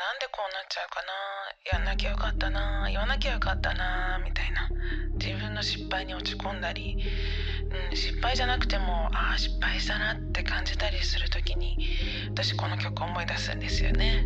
なんでこうなっちゃうかな、やんなきゃよかったな、言わなきゃよかったなみたいな、自分の失敗に落ち込んだり、失敗じゃなくても失敗したなって感じたりするときに、私この曲を思い出すんですよね。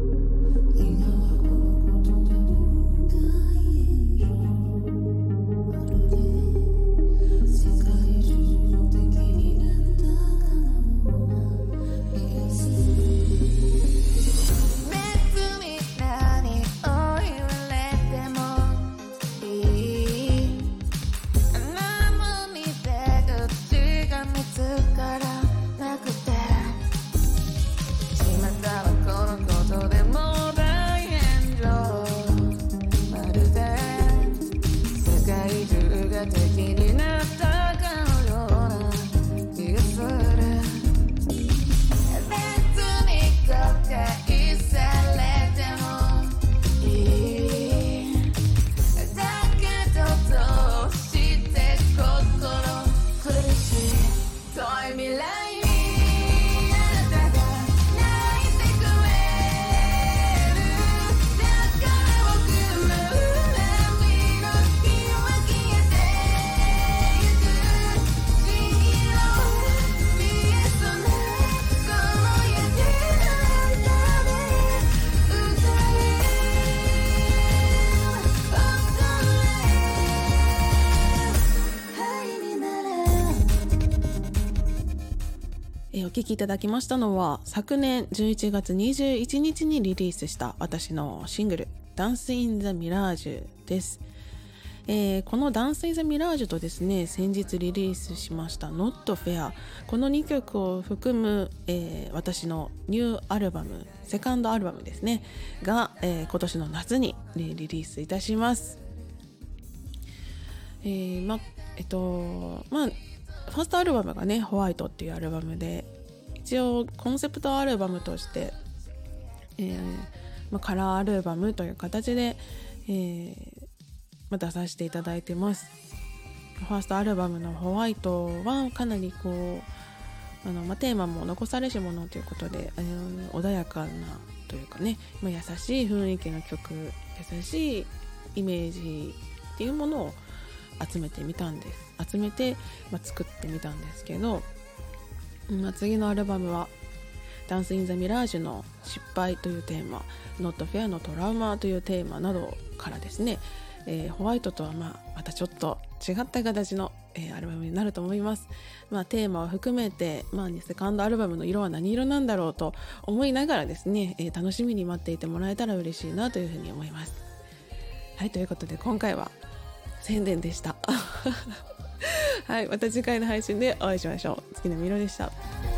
お聴きいただきましたのは、昨年11月21日にリリースした私のシングル Dance in the Mirage です。この Dance in the Mirage とですね、先日リリースしました Not Fair、 この2曲を含む、私のニューアルバム、セカンドアルバムですねが、今年の夏にリリースいたします。ファーストアルバムがね、ホワイトっていうアルバムで、一応コンセプトアルバムとして、カラーアルバムという形で、出させていただいてます。ファーストアルバムのホワイトはかなりこうテーマも残されし者ということで、穏やかなというかね、優しい雰囲気の曲、優しいイメージっていうものを集めて作ってみたんですけど、次のアルバムは Dance in the Mirage の失敗というテーマ、 Not Fair のトラウマというテーマなどからですね、ホワイトとはまたちょっと違った形の、アルバムになると思います。テーマを含めて、セカンドアルバムの色は何色なんだろうと思いながらですね、楽しみに待っていてもらえたら嬉しいなというふうに思います。はい、ということで今回は宣伝でしたはい、また次回の配信でお会いしましょう。月のみろでした。